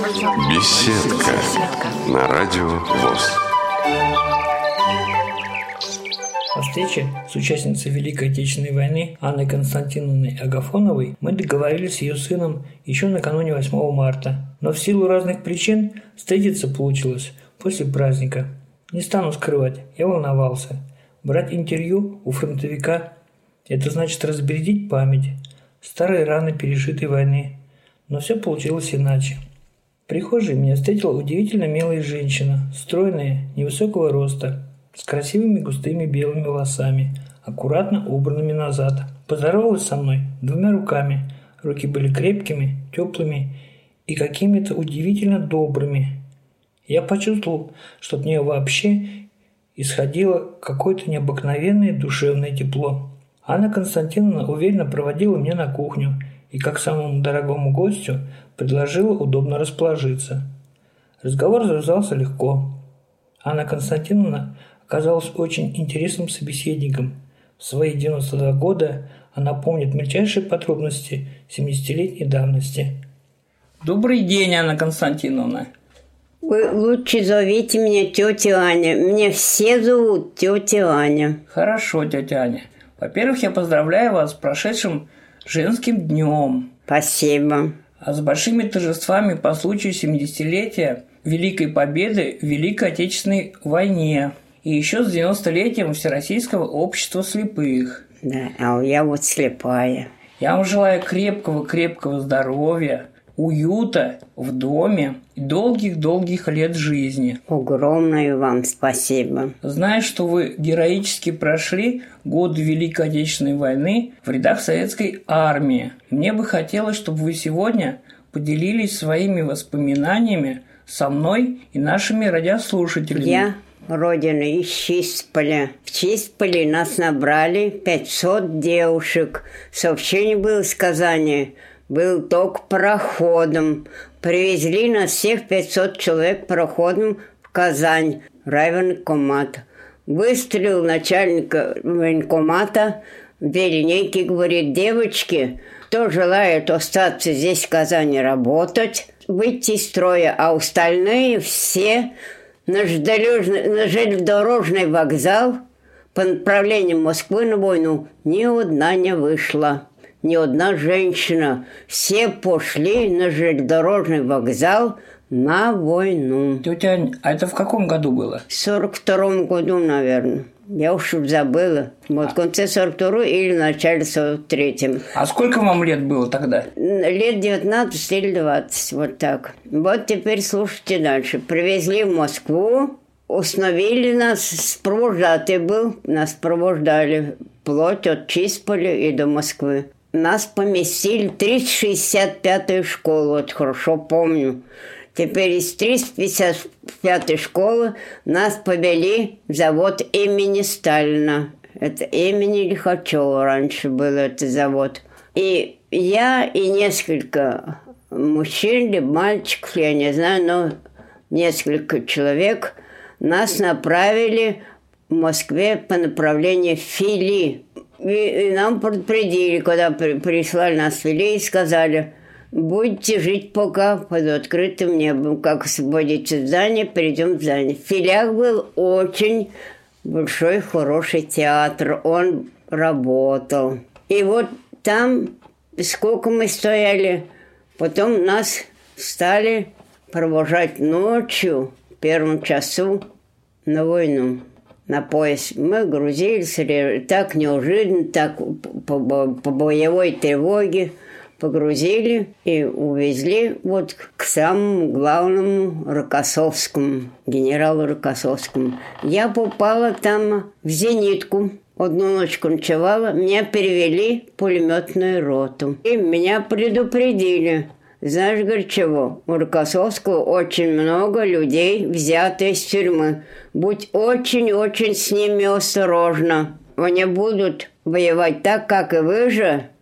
Беседка на радио ВОС. О встрече с участницей Великой Отечественной войны Анной Константиновной Агафоновой мы договорились с ее сыном еще накануне 8 марта. Но в силу разных причин встретиться получилось после праздника. Не стану скрывать, я волновался. Брать интервью у фронтовика – это значит разбередить память, старые раны пережитой войны. Но все получилось иначе. В прихожей меня встретила удивительно милая женщина, стройная, невысокого роста, с красивыми густыми белыми волосами, аккуратно убранными назад. Поздоровалась со мной двумя руками. Руки были крепкими, теплыми и какими-то удивительно добрыми. Я почувствовал, что от нее вообще исходило какое-то необыкновенное душевное тепло. Анна Константиновна уверенно проводила меня на кухню и, как самому дорогому гостю, предложила удобно расположиться. Разговор завязался легко. Анна Константиновна оказалась очень интересным собеседником. В свои 92 года она помнит мельчайшие подробности 70-летней давности. Добрый день, Анна Константиновна. Вы лучше зовите меня тетя Аня. Меня все зовут тетя Аня. Хорошо, тетя Аня. Во-первых, я поздравляю вас с прошедшим женским днем. Спасибо. А с большими торжествами по случаю 70-летия Великой Победы в Великой Отечественной войне. И еще с 90-летием Всероссийского общества слепых. Да, а я вот слепая. Я вам желаю крепкого здоровья, уюта в доме и долгих-долгих лет жизни. Огромное вам спасибо. Знаю, что вы героически прошли годы Великой Отечественной войны в рядах советской армии. Мне бы хотелось, чтобы вы сегодня поделились своими воспоминаниями со мной и нашими радиослушателями. Я родина из Чистполя. В Чистполе нас набрали 500 девушек. Сообщение было из Казани. Был только пароходом. Привезли нас всех 500 человек пароходом в Казань, райвоенкомат. Выстрелил начальник военкомата в линейке, говорит: девочки, кто желает остаться здесь в Казани работать, выйти из строя, а остальные все на железнодорожный вокзал по направлению Москвы на войну. Ни одна не вышла. Ни одна женщина. Все пошли на железнодорожный вокзал на войну. Тетя Ань, а это в каком году было? В 42-м году, наверное. Я уж забыла. Вот в конце 42-го или в начале 43-м. А сколько вам лет было тогда? Лет 19 или 20, вот так. Вот теперь слушайте дальше. Привезли в Москву, установили нас, сопровождатель был. Нас провождали вплоть от Чистполя и до Москвы. Нас поместили в 365-ю школу, вот хорошо помню. Теперь из 355-й школы нас повели в завод имени Сталина. Это имени Лихачева раньше был этот завод. И я и несколько мужчин или мальчиков, я не знаю, но несколько человек нас направили в Москве по направлению Фили. И нам предупредили, когда прислали нас в Фили, и сказали: будете жить пока под открытым небом. Как освободите здание, перейдем в здание. В Филях был очень большой, хороший театр. Он работал. И вот там, сколько мы стояли, потом нас стали провожать ночью, в первом часу, на войну. На пояс. Мы грузились так неожиданно, так по боевой тревоге погрузили и увезли вот к самому главному Рокоссовскому, генералу Рокоссовскому. Я попала там в зенитку. Одну ночку ночевала, меня перевели в пулеметную роту. И меня предупредили. Знаешь, говорит, чего? У Рокоссовского очень много людей, взятых из тюрьмы. Будь очень-очень с ними осторожна. Они будут воевать так, как и вы же,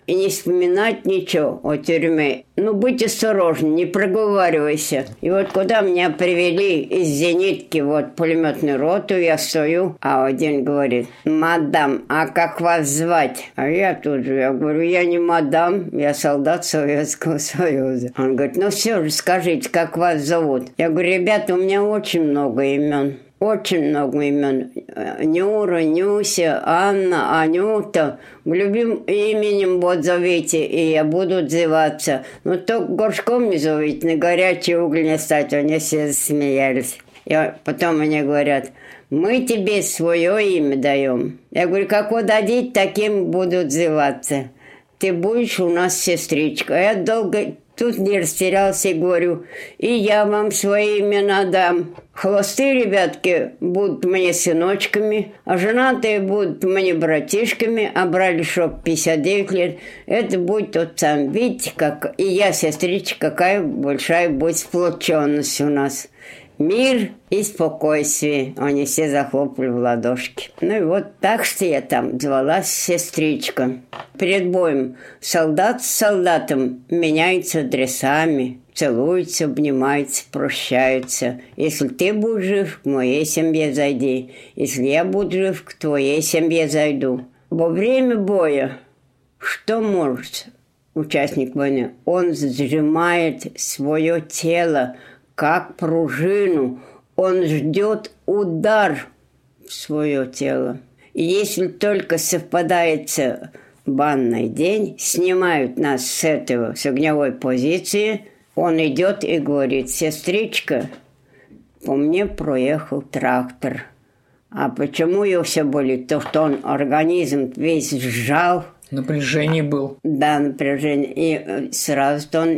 и не вспоминать ничего о тюрьме. Ну, будь осторожен, не проговаривайся. И вот куда меня привели из зенитки, вот пулеметную роту, я стою, а один говорит: мадам, а как вас звать? А я тут же, я говорю: я не мадам, я солдат Советского Союза. Он говорит: ну все же, скажите, как вас зовут? Я говорю: ребята, у меня очень много имен. Очень много имен. Нюра, Нюся, Анна, Анюта. Любым именем вот зовите, и я буду отзываться. Но только горшком не зовите, на горячие угли не стать. Они все смеялись. Потом мне говорят: мы тебе свое имя даем. Я говорю: как вы дадите, таким буду отзываться. Ты будешь у нас сестричка. Я долго тут не растерялся и говорю: и я вам свои имена дам. Холостые ребятки будут мне сыночками, а женатые будут мне братишками, а братишок 59 лет. Это будет тот сам. Видите, как и я, сестричка, какая большая будет сплоченность у нас. Мир и спокойствие. Они все захлопали в ладошки. Ну и вот так что я там звалась сестричка. Перед боем солдат с солдатом меняются адресами, целуются, обнимаются, прощаются. Если ты будешь жив, к моей семье зайди. Если я буду жив, к твоей семье зайду. Во время боя что может участник войны? Он сжимает свое тело, как пружину. Он ждет удар в свое тело. И если только совпадается банный день, снимают нас с этого, с огневой позиции, он идет и говорит: сестричка, по мне проехал трактор. А почему ее все болит? То, что он организм весь сжал. Напряжение был. Да, напряжение. И сразу-то он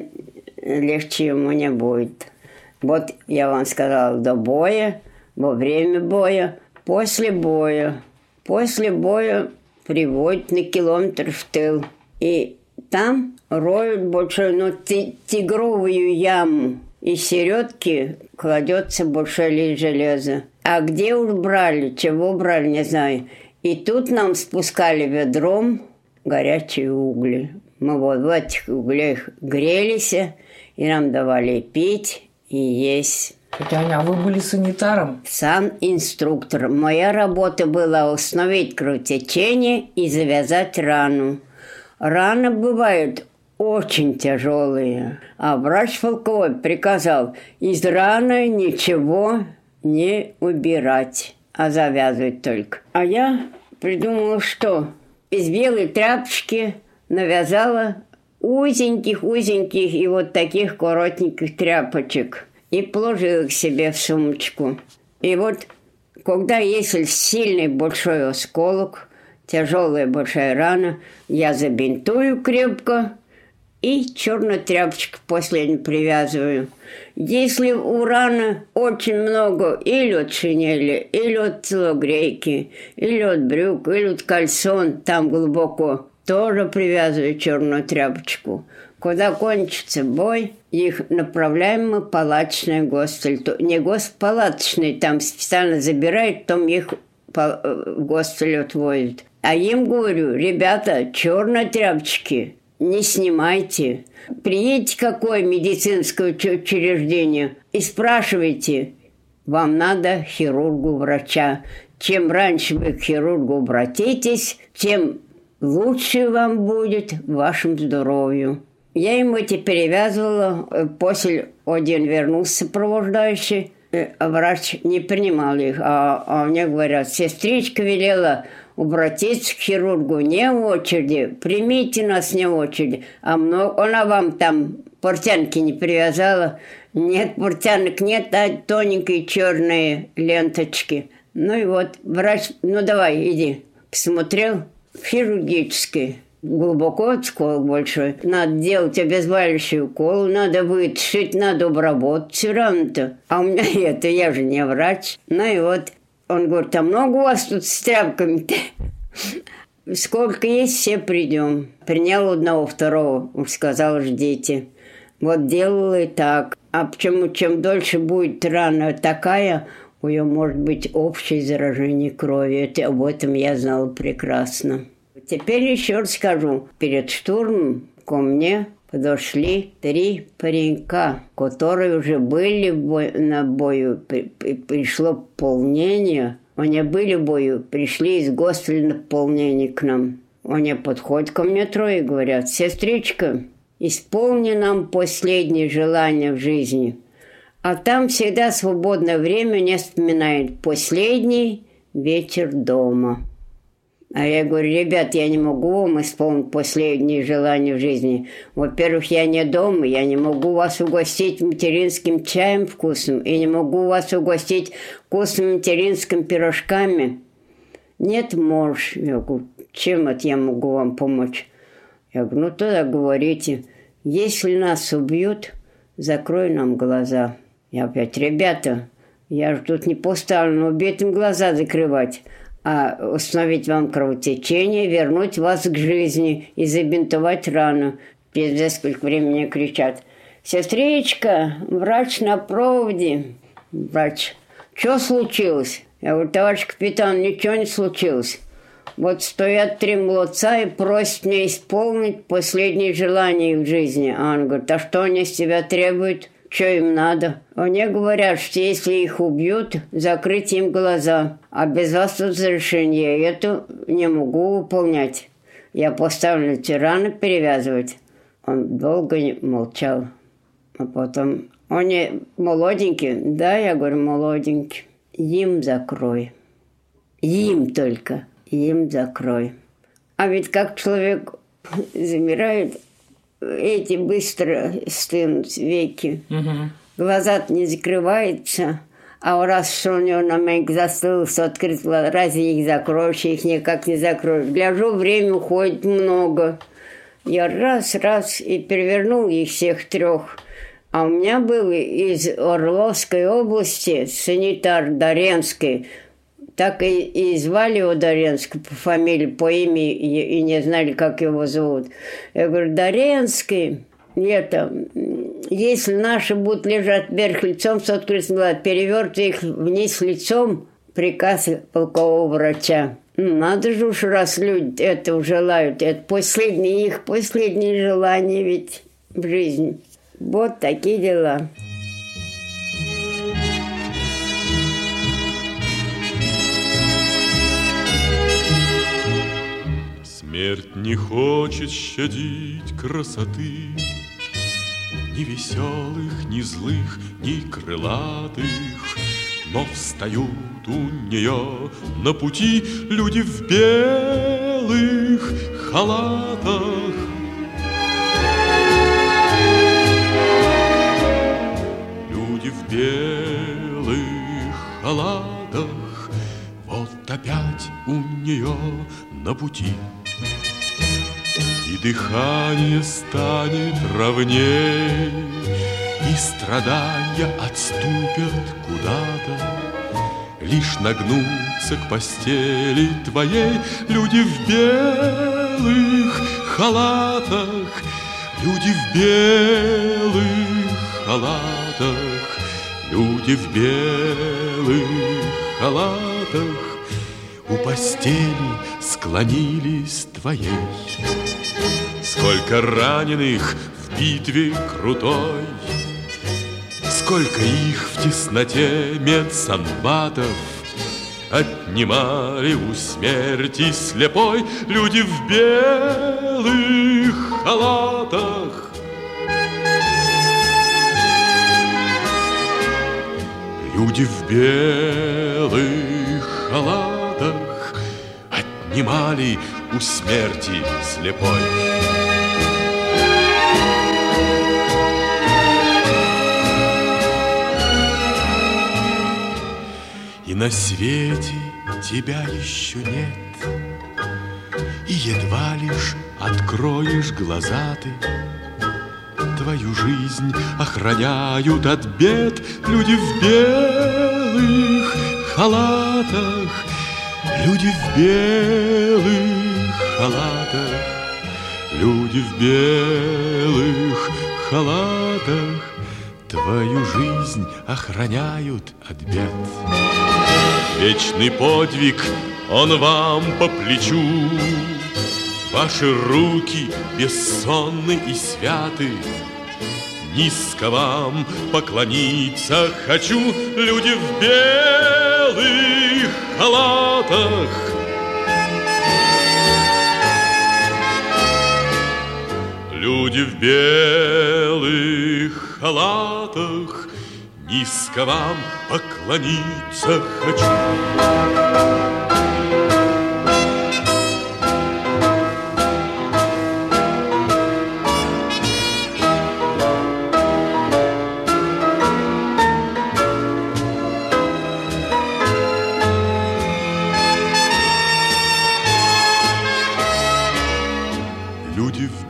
легче ему не будет. Вот я вам сказала, до боя, во время боя, после боя. После боя приводят на километр в тыл. И там роют большую, тигровую яму. И с середки кладется большой лист железа. А где уж брали, чего брали, не знаю. И тут нам спускали ведром горячие угли. Мы вот в этих углях грелись, и нам давали пить и есть. Тетя Аня, а вы были санитаром? Санинструктор. Моя работа была установить кровотечение и завязать рану. Раны бывают очень тяжелые. А врач полковой приказал из раны ничего не убирать, а завязывать только. А я придумала, что из белой тряпочки навязала узеньких и вот таких коротеньких тряпочек и положила их себе в сумочку. И вот, когда если сильный большой осколок, тяжелая большая рана, я забинтую крепко и черную тряпочку последнюю привязываю. Если у раны очень много или от шинели, или от телогрейки, или от брюк, или от кальсон, там глубоко, тоже привязываю черную тряпочку. Когда кончится бой, их направляем мы в палаточный госпиталь. Не палаточный, там специально забирают, потом их в госпиталь отвозят. А им говорю: ребята, черные тряпочки не снимайте. Приедете в какое медицинское учреждение и спрашивайте: вам надо хирургу, врача. Чем раньше вы к хирургу обратитесь, тем лучше вам будет вашему здоровью. Я ему эти перевязывала. После один вернулся сопровождающий. Врач не принимал их. А мне говорят: сестричка велела обратиться к хирургу не в очереди. Примите нас не в очереди. А она вам там портянки не привязала. Нет, портянок нет, а тоненькие черные ленточки. Ну и вот врач: ну давай, иди. Посмотрел. Хирургический. Глубоко осколок большой. Надо делать обезболивающий укол, надо вытащить, надо обработать все равно-то. А у меня это, я же не врач. Ну и вот он говорит: а много у вас тут с тряпками-то? Сколько есть, все придем. Принял одного, второго, сказал: ждите. Вот делала и так. А почему чем дольше будет рана такая, у нее может быть общее заражение крови. Об этом я знала прекрасно. Теперь еще расскажу. Перед штурмом ко мне подошли 3 паренька, которые уже были на бою. Пришло пополнение. Они были в бою, пришли из госпиталя на пополнение к нам. Они подходят ко мне 3 и говорят: «Сестричка, исполни нам последнее желание в жизни». А там всегда свободное время не вспоминает «последний вечер дома». А я говорю: ребят, я не могу вам исполнить последние желания в жизни. Во-первых, я не дома, я не могу вас угостить материнским чаем вкусным и не могу вас угостить вкусными материнскими пирожками. Нет, можешь. Я говорю: чем это я могу вам помочь? Я говорю: ну тогда говорите, если нас убьют, закрой нам глаза. Я опять: ребята, я же тут не поставлен убитым глаза закрывать, а установить вам кровотечение, вернуть вас к жизни и забинтовать рану. Через несколько времени кричат: «Сестричка, врач на проводе». Врач: «Что случилось?» Я говорю: «Товарищ капитан, ничего не случилось. Вот стоят 3 молодца и просят меня исполнить последнее желание в жизни». А он говорит: «А что они с тебя требуют? Что им надо?» Они говорят, что если их убьют, закрыть им глаза. А без вас разрешения я это не могу выполнять. Я поставлю эти раны перевязывать. Он долго молчал. А потом: они молоденькие? Да, я говорю, молоденькие. Им закрой. Им только. Им закрой. А ведь как человек замирает, эти быстро стынут веки. Глаза-то не закрываются. А раз что у него на моих застыл, что открыт глаз, разве их закроешь? Их никак не закроешь. Гляжу, время уходит много. Я раз и перевернул их всех 3. А у меня был из Орловской области санитар Доренский. Так и звали его Доренский по фамилии, по имени, и не знали, как его зовут. Я говорю: Доренский, если наши будут лежать вверх лицом, с открытым глазом, перевертывай их вниз лицом, приказ полкового врача. Надо же уж, раз люди этого желают. Это их последнее желание ведь в жизни. Вот такие дела. Смерть не хочет щадить красоты, ни веселых, ни злых, ни крылатых. Но встают у нее на пути люди в белых халатах. Люди в белых халатах, вот опять у нее на пути. И дыхание станет ровней, и страдания отступят куда-то. Лишь нагнуться к постели твоей люди в белых халатах, люди в белых халатах, люди в белых халатах у постели склонились твоей. Сколько раненых в битве крутой, сколько их в тесноте медсанбатов отнимали у смерти слепой люди в белых халатах. Люди в белых халатах отнимали у смерти слепой. И на свете тебя еще нет, и едва лишь откроешь глаза ты. Твою жизнь охраняют от бед люди в белых халатах, люди в белых халатах, люди в белых халатах. Твою жизнь охраняют от бед. Вечный подвиг, он вам по плечу, Ваши руки бессонны и святы, низко вам поклониться хочу, люди в белых халатах. Люди в белых халатах, низко вам поклониться хочу. Люди в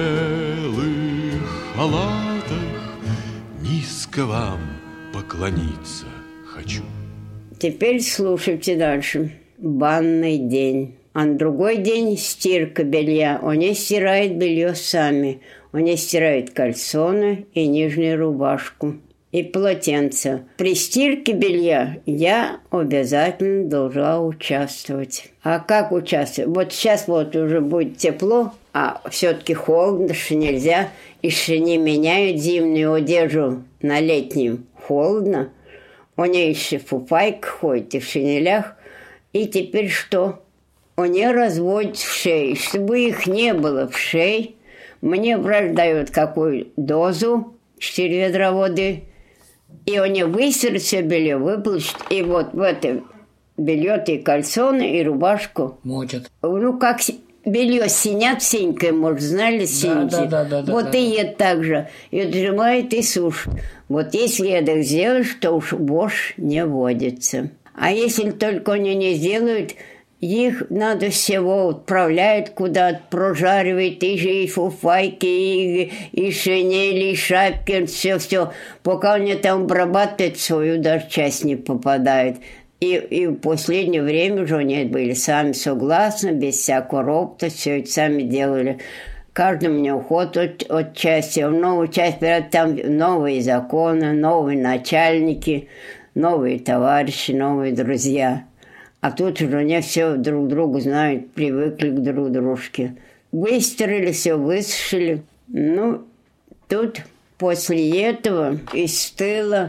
белых халатах, низко вам поклониться хочу. Теперь слушайте дальше. Банный день. А на другой день стирка белья. Они стирают белье сами. Они стирают кальсоны и нижнюю рубашку. И полотенце. При стирке белья я обязательно должна участвовать. А как участвовать? Вот сейчас вот уже будет тепло, а все-таки холодно, что нельзя. И что не меняют зимнюю одежду на летнюю. Холодно. Они еще в фуфайках ходят и в шинелях. И теперь что? Они разводят в шее. Чтобы их не было в шее, мне врач дает какую дозу, 4 ведра воды, и они выстирают все белье, выплачут, и вот в это белье и кальсоны, и рубашку. Мочат. Ну, как белье синят синькой, может, знали, синьки? Да. Вот и это так же. И отжимает, и сушит. Вот если это сделаешь, то уж вошь не водится. А если только они не сделают, их надо всего отправляют куда-то, прожаривают, и фуфайки, и шинели, и шапки, все. Пока они там обрабатывают, свою даже часть не попадает. И в последнее время уже они были сами согласны, без всякого ропота, все это сами делали. Каждый мне уход от части. В новую часть, там новые законы, новые начальники, новые товарищи, новые друзья. А тут уже они все друг другу знают, привыкли к друг дружке. Выстирали все, высушили. Ну, тут после этого из тыла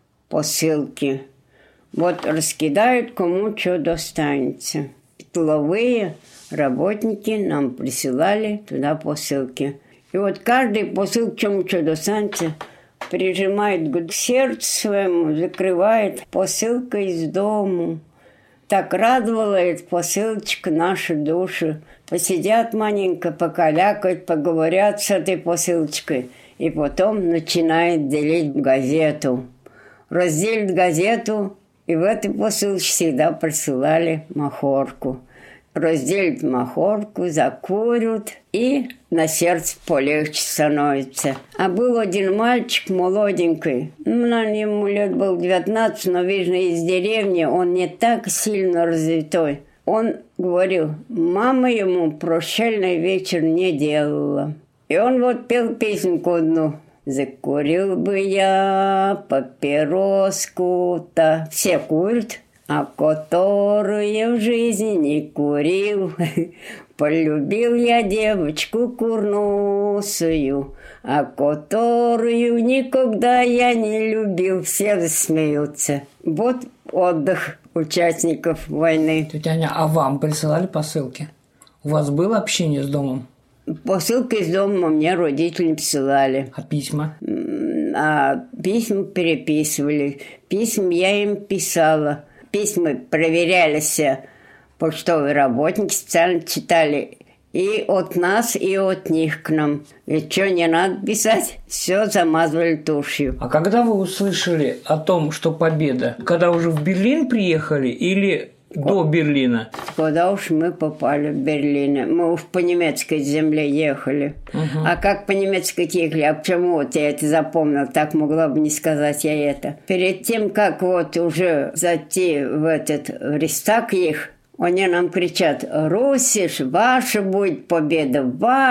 посылки. Вот раскидают, кому что достанется. Тыловые работники нам присылали туда посылки. И вот каждый посылку, чему что достанется, прижимает к сердцу своему, закрывает посылкой из дому. Так радовала эта посылочка наши души. Посидят маленько, покалякают, поговорят с этой посылочкой. И потом начинает делить газету. Разделит газету, и в этой посылочке всегда присылали махорку. Разделят махорку, закурят, и на сердце полегче становится. А был один мальчик молоденький, ему лет было 19, но, видно, из деревни, он не так сильно развитой. Он говорил, мама ему прощальный вечер не делала. И он вот пел песенку одну. Закурил бы я папироску-то. Все курят, а которую в жизни не курил. Полюбил я девочку курносую, а которую никогда я не любил. Все смеются. Вот отдых участников войны. Тетя Аня, а вам присылали посылки? У вас было общение с домом? Посылки из дома мне родители присылали. А письма? А письма переписывали. Письма я им писала. Письма проверялись, почтовые работники специально читали и от нас, и от них к нам. И что не надо писать, все замазывали тушью. А когда вы услышали о том, что победа? Когда уже в Берлин приехали или до Берлина? Когда уж мы попали в Берлин. Мы уж по немецкой земле ехали. Угу. А как по немецкой ехали? А почему вот я это запомнила? Так могла бы не сказать я это. Перед тем, как вот уже зайти в этот Рейхстаг их, они нам кричат: «Русиш, ваша будет победа,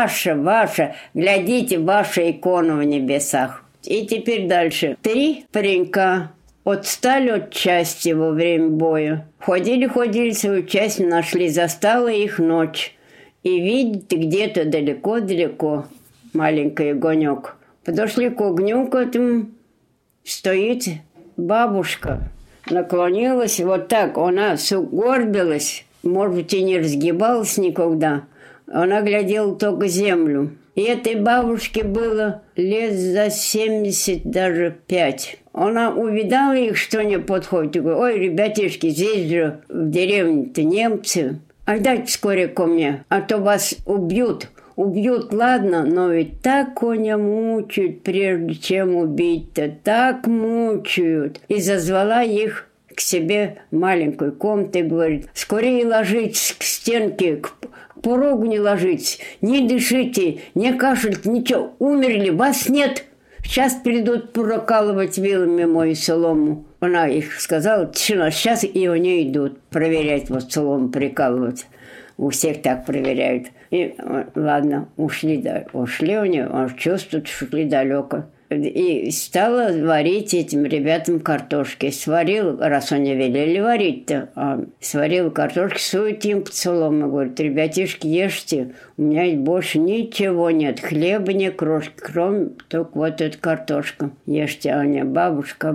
ваша, глядите, ваша икона в небесах». И теперь дальше. 3 паренька отстали от части во время боя. Ходили свою часть, нашли, застала их ночь. и видит где-то далеко-далеко маленький огонек. Подошли к огню, к этому стоит бабушка. Наклонилась вот так, она сугорбилась, может быть, и не разгибалась никогда. Она глядела только в землю. И этой бабушке было лет за 70, даже 5. Она увидала их, что не подходит, и говорит: ой, ребятишки, здесь же в деревне-то немцы. А дайте скорее ко мне, а то вас убьют. Убьют, ладно, но ведь так коня мучают, прежде чем убить-то, так мучают. И зазвала их к себе в маленькую комнату и говорит: скорее ложитесь к стенке, к порогу не ложитесь, не дышите, не кашляйте, ничего, умерли, вас нет. Сейчас придут прокалывать вилами мою солому. Она их сказала: тишина, сейчас и они идут проверять, вот солому прикалывать. У всех так проверяют. И ладно, ушли у нее, он чувствует, что ушли далеко. И стала варить этим ребятам картошки. Сварил, раз они велели варить-то, сварил картошки, сует им под солому. Говорит: ребятишки, ешьте, у меня ведь больше ничего нет, хлеба нет, крошки, кроме только вот эта картошка. Ешьте. А они: бабушка,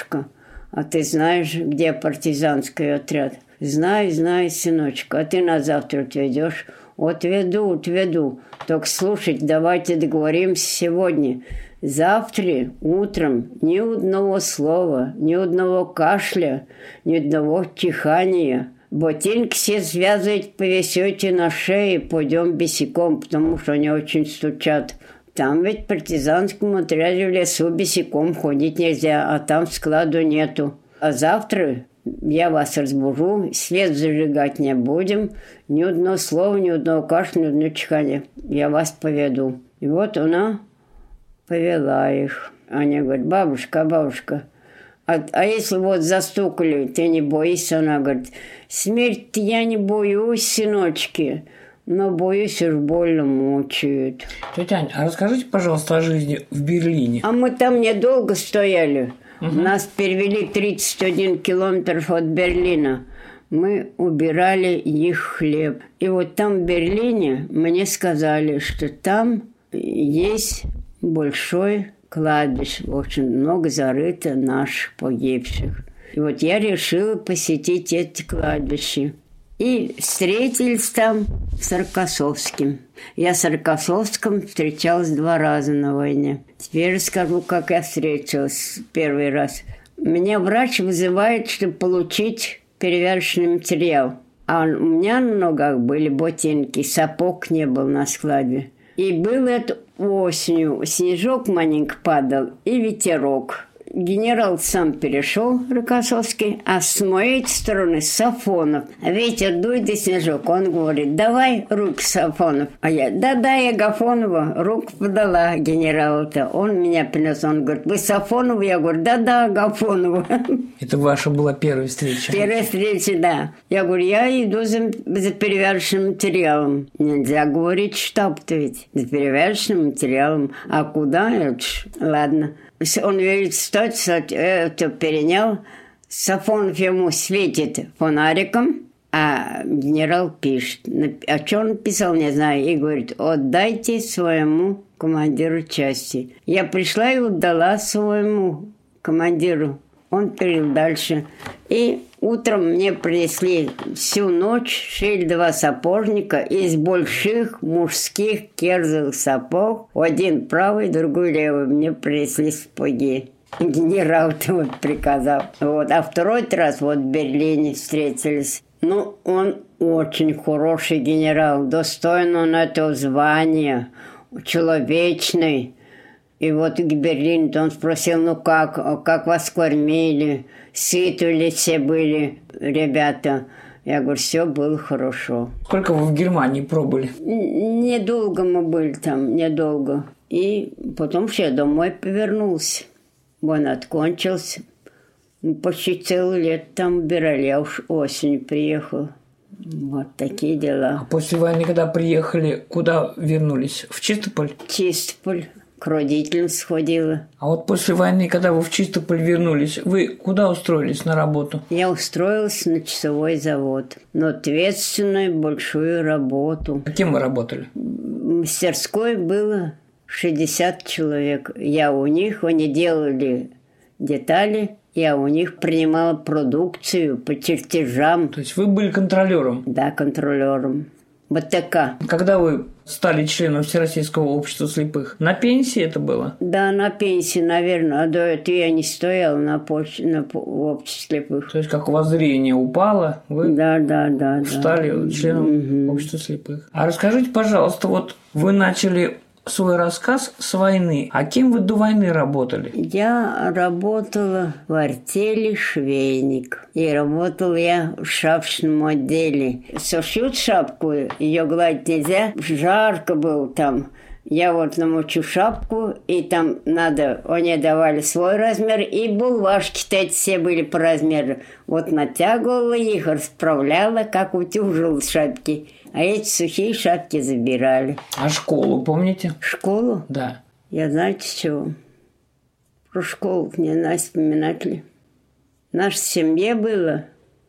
а ты знаешь, где партизанский отряд? Знаю, сыночка, а ты на завтра отведешь? Отведу. Только слушайте, давайте договоримся сегодня. Завтра утром ни одного слова, ни одного кашля, ни одного чихания. Ботинки все связывайте, повесете на шее, пойдем босиком, потому что они очень стучат. Там ведь в партизанском отряде в лесу босиком ходить нельзя, а там складу нету. А завтра я вас разбужу, свет зажигать не будем, ни одного слова, ни одного кашля, ни одного чихания. Я вас поведу. И вот она повела их. Они говорят: бабушка, а если вот застукали, ты не боишься? Она говорит: смерть я не боюсь, сыночки, но боюсь, уж больно мучают. Тетя Ань, а расскажите, пожалуйста, о жизни в Берлине. А мы там недолго стояли. Нас перевели 31 километров от Берлина. Мы убирали их хлеб. И вот там, в Берлине, мне сказали, что там есть большой кладбище. Очень много зарыто наших погибших. И вот я решила посетить эти кладбища. И встретились там с Рокоссовским. Я с Рокоссовским встречалась 2 раза на войне. Теперь расскажу, как я встретилась первый раз. Меня врач вызывает, чтобы получить перевязочный материал. А у меня на ногах были ботинки, сапог не был на складе. И было это осенью. Снежок маленько падал и ветерок. Генерал сам перешел, Рокоссовский, а с моей стороны Сафонов. Ветер дует и снежок. Он говорит: давай руки, Сафонов. А я: да, я Агафонова. Руку подала генералу-то. Он меня принес. Он говорит: вы Сафонова? Я говорю: да, Агафонова. Это ваша была первая встреча? Первая встреча, да. Я говорю: я иду за перевязочным материалом. Нельзя говорить штаб-то ведь. За перевязочным материалом. А куда? Ладно. Он велит стать, это перенял. Сафонов ему светит фонариком, а генерал пишет. А что он писал, не знаю. И говорит: отдайте своему командиру части. Я пришла и отдала своему командиру. Он перевел дальше. И утром мне принесли всю ночь, шили 2 сапожника из больших мужских керзовых сапог. Один правый, другой левый. Мне принесли сапоги. Генерал-то вот приказал. Вот. А второй раз вот в Берлине встретились. Ну, он очень хороший генерал. Достойный он этого звания. Человечный. И вот к Берлину он спросил: ну как вас кормили, сыты ли все были ребята? Я говорю: все было хорошо. Сколько вы в Германии пробыли? Недолго мы были там, недолго. И потом я домой повернулся. Война откончился. Почти целый лет там убирали. Я уж осенью приехал. Вот такие дела. А после войны, когда приехали, куда вернулись? В Чистополь? Чистополь. к родителям сходила. А вот после войны, когда вы в Чистополь вернулись, вы куда устроились на работу? Я устроилась на часовой завод, но ответственную большую работу. А кем вы работали? В мастерской было 60 человек. Я у них, они делали детали, я у них принимала продукцию по чертежам. То есть вы были контролером? Да, контролером. Вот такая. Когда вы стали членом Всероссийского общества слепых, на пенсии это было? Да, на пенсии, наверное. А до этого я не стояла в обществе слепых. То есть, как у вас зрение упало, вы стали членом общества слепых. А расскажите, пожалуйста, вот вы начали свой рассказ с войны. А кем вы до войны работали? Я работала в артели швейник. И работала я в шапочном отделе. Сошьют шапку, ее гладить нельзя. Жарко было там. Я вот намочу шапку, и там надо... Они давали свой размер, и булавки-то эти все были по размеру. Вот натягивала их, расправляла, как утюжила шапки. А эти сухие шапки забирали. А школу помните? Школу? Да. Я знаете чего? Про школу мне надо вспоминать ли. В нашей семье было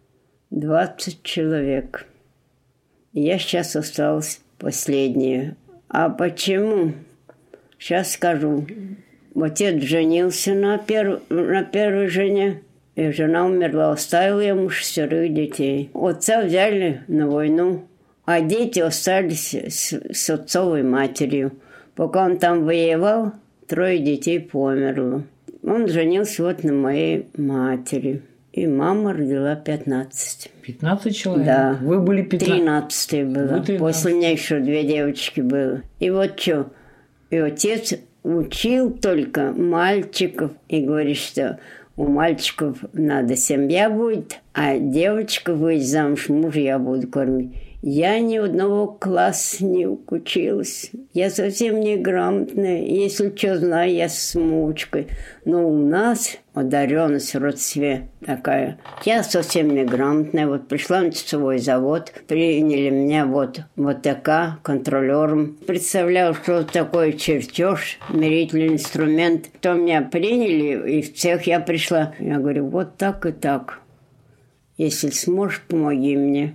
20 человек. И я сейчас осталась последняя. А почему? Сейчас скажу. Отец женился на первой жене. И жена умерла, оставила ему 6 детей. Отца взяли на войну. А дети остались с отцовой матерью. Пока он там воевал, 3 детей померло. Он женился вот на моей матери. И мама родила 15. 15 человек? Да. Вы были 13-й была. 13. После меня еще 2 девочки было. И вот что. И отец учил только мальчиков. И говорит, что у мальчиков надо семья будет, а девочка выйдет замуж, мужа я буду кормить. Я ни одного класса не училась. Я совсем неграмотная. Если что знаю, я с смучкой. Но у нас одаренность в родстве такая. Я совсем неграмотная. Вот пришла на часовой завод, приняли меня вот такая, контролером. Представляла, что такое чертеж, мерительный инструмент. Потом меня приняли, и в цех я пришла. Я говорю, вот так и так. Если сможешь, помоги мне.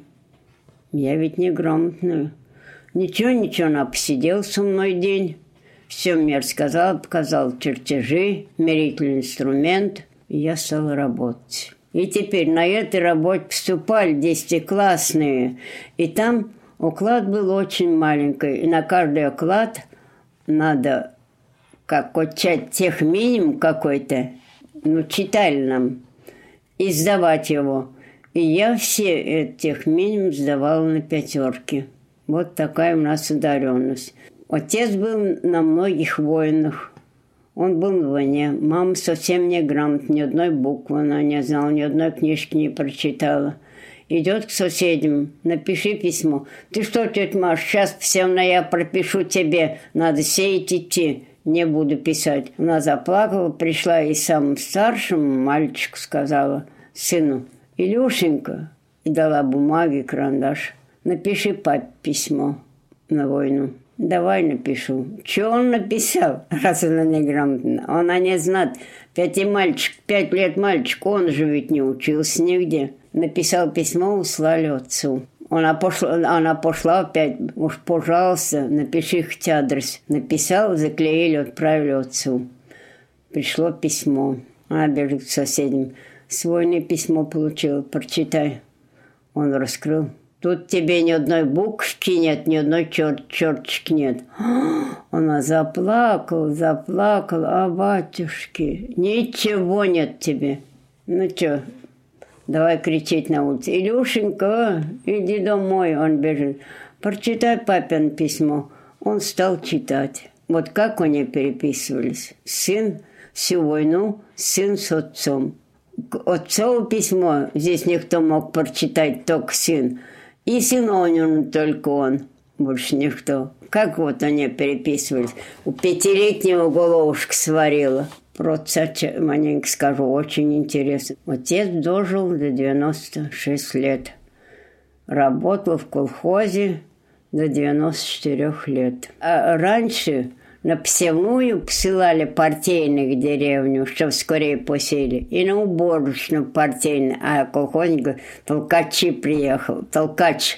Я ведь неграмотная. Ничего, она посидела со мной день. Все мне рассказала, показала чертежи, мерительный инструмент. И я стала работать. И теперь на этой работе поступали 10-классные. И там уклад был очень маленький. И на каждый уклад надо как отчать техминимум какой-то, читали нам, и сдавать его. И я все этих минимум сдавала на 5. Вот такая у нас одаренность. Отец был на многих войнах. Он был на войне. Мама совсем не грамотна, ни одной буквы она не знала, ни одной книжки не прочитала. Идет к соседям, напиши письмо. Ты что, тетя Маша, сейчас все равно я пропишу тебе, надо сеять идти. Не буду писать. Она заплакала, пришла и самому старшему мальчику сказала, сыну, Илюшенька, и дала бумаги, карандаш. Напиши папе письмо на войну. Давай напишу. Что он написал, раз она неграмотна? Она не знает. 5 лет мальчик, он же ведь не учился нигде. Написал письмо, услали отцу. Она пошла опять, уж пожалуйста, напиши хоть адрес. Написал, заклеили, отправили отцу. Пришло письмо. Она бежит к соседям. Свойное письмо получила, прочитай. Он раскрыл. Тут тебе ни одной буквки нет, ни одной черточки нет. Она заплакала, а батюшки, ничего нет тебе. Ну что, давай кричать на улице. Илюшенька, иди домой, он бежит. Прочитай папин письмо. Он стал читать. Вот как они переписывались. Сын всю войну, сын с отцом. Отцово письмо здесь никто мог прочитать, только сын. И синонимом только он, больше никто. Как вот они переписывались. У 5-летнего головушка сварила. Про отца маленько скажу, очень интересно. Отец дожил до 96 лет. Работал в колхозе до 94 лет. А раньше На посевную посылали партийных в деревню, чтобы скорее посели. И на уборочную партийную. А колхозник, толкачи приехал. Толкач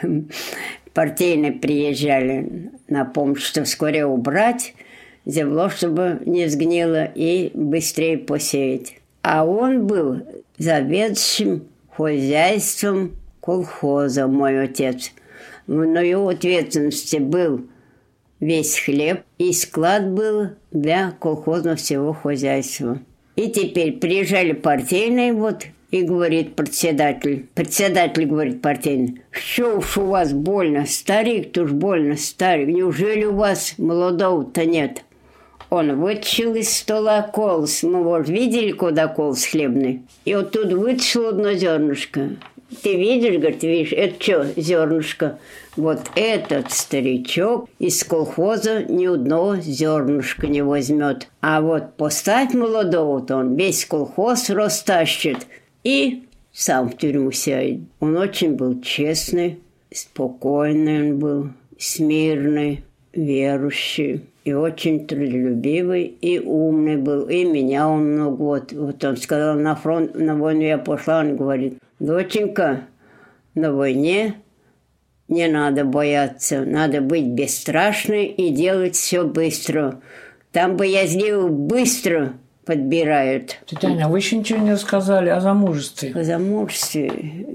партийные приезжали на помощь, чтобы скорее убрать земло, чтобы не сгнило, и быстрее посеять. А он был заведующим хозяйством колхоза, мой отец. На его ответственности был весь хлеб, и склад был для колхозного всего хозяйства. И теперь приезжали партийные, вот, и говорит председатель говорит партийный: что уж у вас больно, старик-то уж больно, старик, неужели у вас молодого-то нет? Он вытащил из стола колос, мы вот видели, куда колос хлебный, и вот тут вытащил одно зернышко. Ты видишь, говорит, видишь, это что, зернышко? Вот этот старичок из колхоза ни одного зернышка не возьмет. А вот поставь молодого-то, он весь колхоз растащит и сам в тюрьму сядет. Он очень был честный, спокойный он был, смирный, верующий. И очень трудолюбивый, и умный был. И меня он много вот он сказал, на фронт, на войну я пошла, он говорит: доченька, на войне не надо бояться, надо быть бесстрашной и делать все быстро. Там боязливых быстро подбирают. Тетя Аня, вы еще ничего не рассказали о замужестве. О замужестве.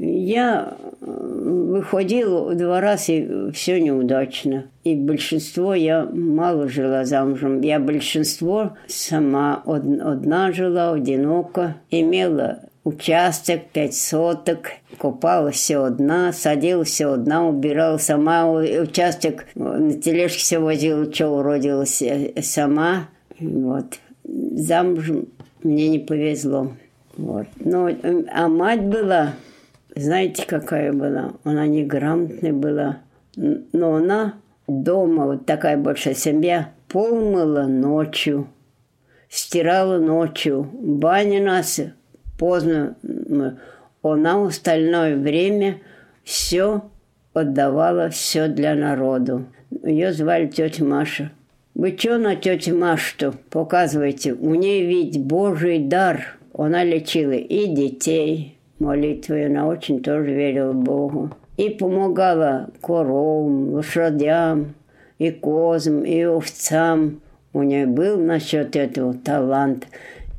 Я выходила 2 раза, и все неудачно. И большинство я мало жила замужем. Я большинство сама одна жила, одиноко. Имела участок, 5 соток. Копала все одна, садила все одна, убирала сама. Участок на тележке все возила, что уродилась сама. Вот. Замужем мне не повезло. Вот. Но, а мать была, знаете, какая была? Она неграмотная была. Но она дома, вот такая большая семья, пол мыла ночью, стирала ночью, баня нас поздно. Она в остальное время все отдавала, все для народу. Ее звали тетя Маша. Вы что на тетю Машу-то показываете? У нее ведь Божий дар. Она лечила и детей молитвой. Она очень тоже верила Богу. И помогала коровам, лошадям, и козам, и овцам. У нее был насчет этого талант.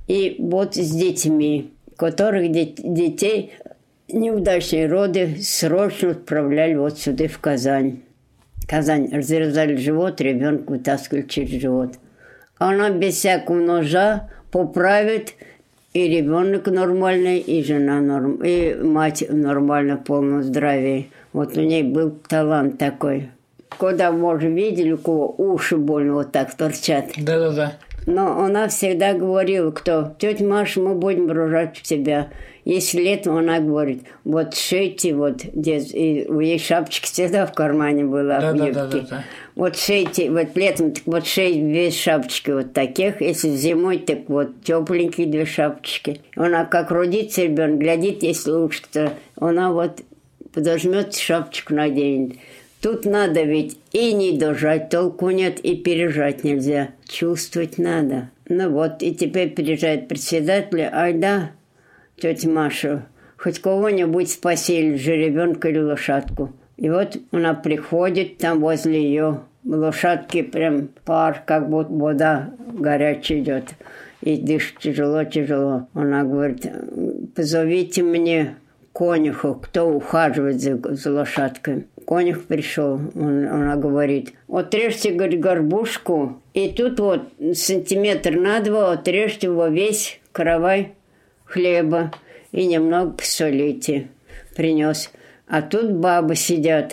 И вот с детьми, которых детей неудачные роды срочно отправляли вот сюда, в Казань. Казань, разрезали живот, ребенка вытаскивали через живот. Она без всякого ножа поправит, и ребенок нормальный, и жена нормальная, и мать нормально, в полном здравии. Вот у ней был талант такой. Когда, может, видели, у кого уши больно вот так торчат. Да-да-да. Но она всегда говорила, кто: тетя Маша, мы будем рожать тебя. Если летом, она говорит: вот шейте, вот, и у ей шапочка всегда в кармане была, в юбке. Да. Вот шейте, вот летом, так вот шейте 2 шапочки вот таких, если зимой, так вот тепленькие 2 шапочки. Она как родится ребенок, глядит, если ушко-то, она вот подожмет, шапочку наденет. Тут надо ведь и не дожать, толку нет, и пережать нельзя. Чувствовать надо. Ну вот, и теперь приезжает председатель: айда, тетя Маша, хоть кого-нибудь спасили, жеребенка или лошадку. И вот она приходит, там возле ее лошадки прям пар, как будто вода горячая идет. И дышит тяжело. Она говорит: позовите мне конюха, кто ухаживает за лошадкой. Конюх пришел, она говорит: отрежьте, говорит, горбушку, и тут вот сантиметр на 2 отрежьте его весь каравай хлеба и немного посолите. Принес. А тут бабы сидят.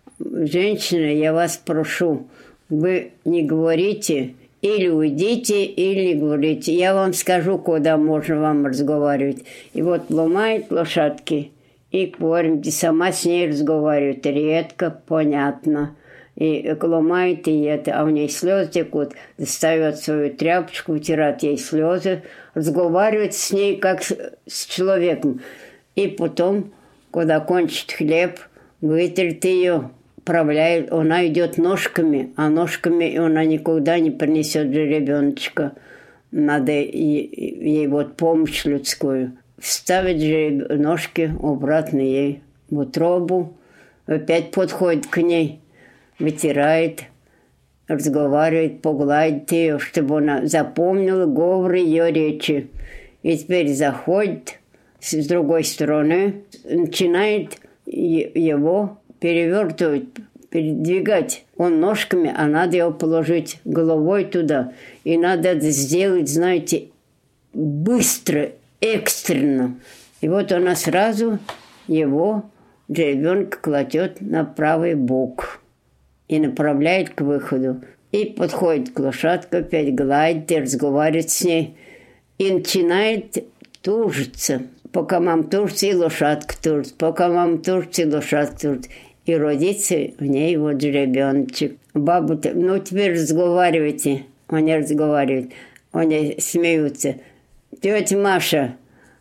Женщина, я вас прошу, вы не говорите, или уйдите, или говорите. Я вам скажу, куда можно вам разговаривать. И вот ломает лошадки. И говорим, сама с ней разговаривает, редко, понятно. И ломает, и это, а у ней слезы текут, достает свою тряпочку, вытирает ей слезы, разговаривает с ней, как с человеком. И потом, когда кончит хлеб, вытрет ее, направляет, она идет ножками, а ножками она никогда не принесет же ребеночка. Надо ей вот помощь людскую. Вставить же ножки обратно ей в утробу. Опять подходит к ней, вытирает, разговаривает, погладит ее, чтобы она запомнила говор ее речи. И теперь заходит с другой стороны, начинает его перевертывать, передвигать. Он ножками, а надо его положить головой туда. И надо это сделать, знаете, быстро, экстренно. И вот она сразу его, ребенка, кладет на правый бок и направляет к выходу. И подходит к лошадке, опять гладит и разговаривает с ней. И начинает тужиться. Пока мама тужится, и лошадка тужится. Пока мама тужится, и лошадка тужится. И родится в ней вот ребеночек. Бабу, ну теперь разговаривайте. Они разговаривают. Они смеются. Тетя Маша,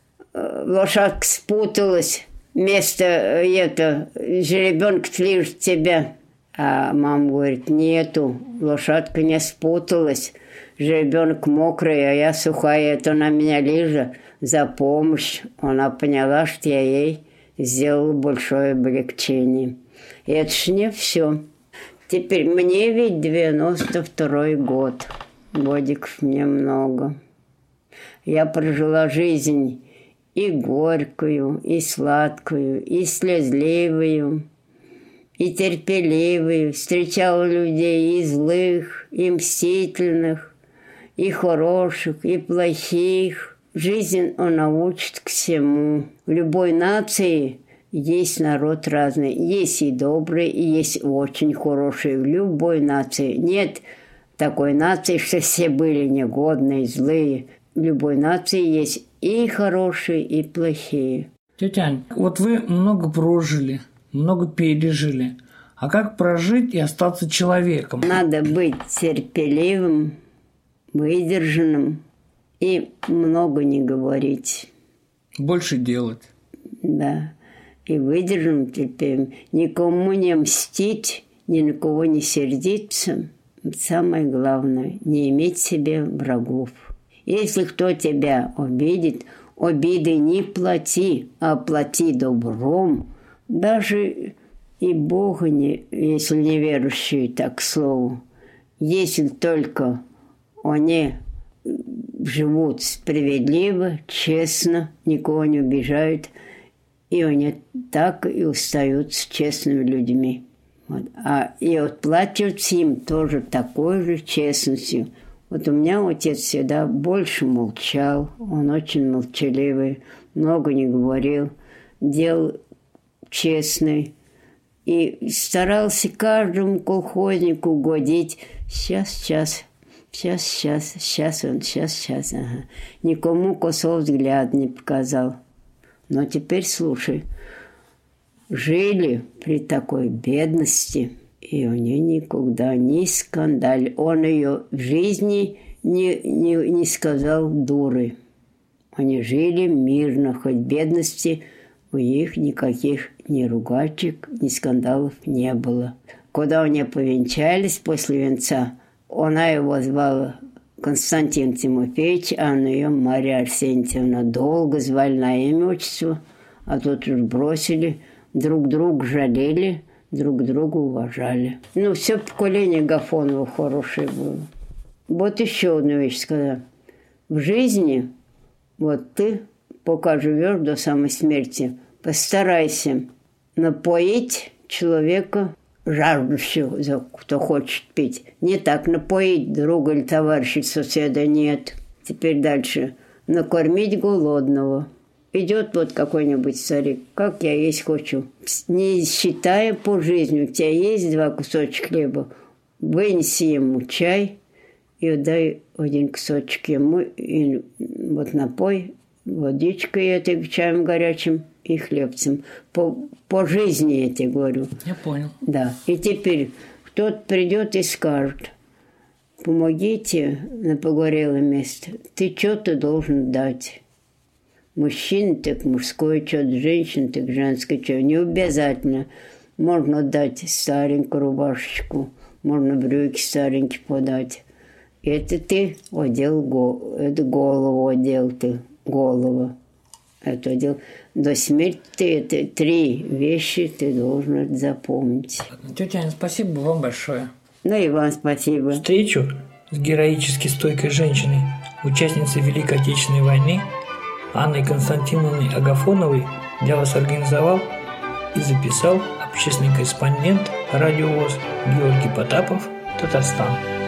лошадка спуталась. Вместо этого жеребенка лежит тебя. А мама говорит, нету, лошадка не спуталась. Жеребенок мокрый, а я сухая. Это на меня лежа за помощь. Она поняла, что я ей сделала большое облегчение. И это ж не все. Теперь мне ведь 92-й год. Годиков мне много. Я прожила жизнь и горькую, и сладкую, и слезливую, и терпеливую. Встречала людей и злых, и мстительных, и хороших, и плохих. Жизнь, она учит к всему. В любой нации есть народ разный. Есть и добрый, и есть очень хороший. В любой нации. Нет такой нации, что все были негодные, злые. В любой нации есть и хорошие, и плохие. Тетя Ань, вот вы много прожили, много пережили. А как прожить и остаться человеком? Надо быть терпеливым, выдержанным и много не говорить. Больше делать. Да. И выдержанным, терпеливым. Никому не мстить, ни на кого не сердиться. Самое главное – не иметь себе врагов. Если кто тебя обидит, обиды не плати, а плати добром. Даже и Бога, если неверующие, так к слову, если только они живут справедливо, честно, никого не обижают, и они так и остаются честными людьми. Вот. И отплачиваются им тоже такой же честностью. Вот у меня отец всегда больше молчал, он очень молчаливый, много не говорил, делал честный. И старался каждому колхознику угодить. Сейчас. Ага. Никому косого взгляда не показал. Но теперь слушай. Жили при такой бедности, и они никогда не скандали. Он ее в жизни не сказал дуры. Они жили мирно, хоть бедности у них никаких ни ругачек, ни скандалов не было. Когда они повенчались после венца, она его звала Константин Тимофеевич, а она ее Мария Арсентьевна. Долго звали на имя, отчество, а тут уж бросили, друг друга жалели, друг друга уважали. Ну, все поколение Агафонова хорошее было. Вот еще одну вещь сказала. В жизни, вот ты, пока живешь до самой смерти, постарайся напоить человека жаждущего, кто хочет пить. Не так напоить друга или товарища, соседа, нет. Теперь дальше. Накормить голодного. Идет вот какой-нибудь старик, как я есть хочу. Не считая по жизни, у тебя есть 2 кусочка хлеба, вынеси ему чай и дай 1 кусочек ему, и вот напой водичкой этой, чаем горячим и хлебцем. По жизни я тебе говорю. Я понял. Да. И теперь кто-то придет и скажет, помогите на погорелое место, ты что-то должен дать. Мужчина так мужское что-то, женщина так женское что-то. Не обязательно. Можно дать старенькую рубашечку, можно брюки старенькие подать. Это ты одел, это голову одел ты, голову. Это одел. До смерти ты это 3 вещи ты должен запомнить. Тетя Аня, спасибо вам большое. Ну и вам спасибо. Встречу с героически стойкой женщиной, участницей Великой Отечественной войны Анной Константиновной Агафоновой для вас организовал и записал общественный корреспондент Радио ВОС Георгий Потапов, Татарстан.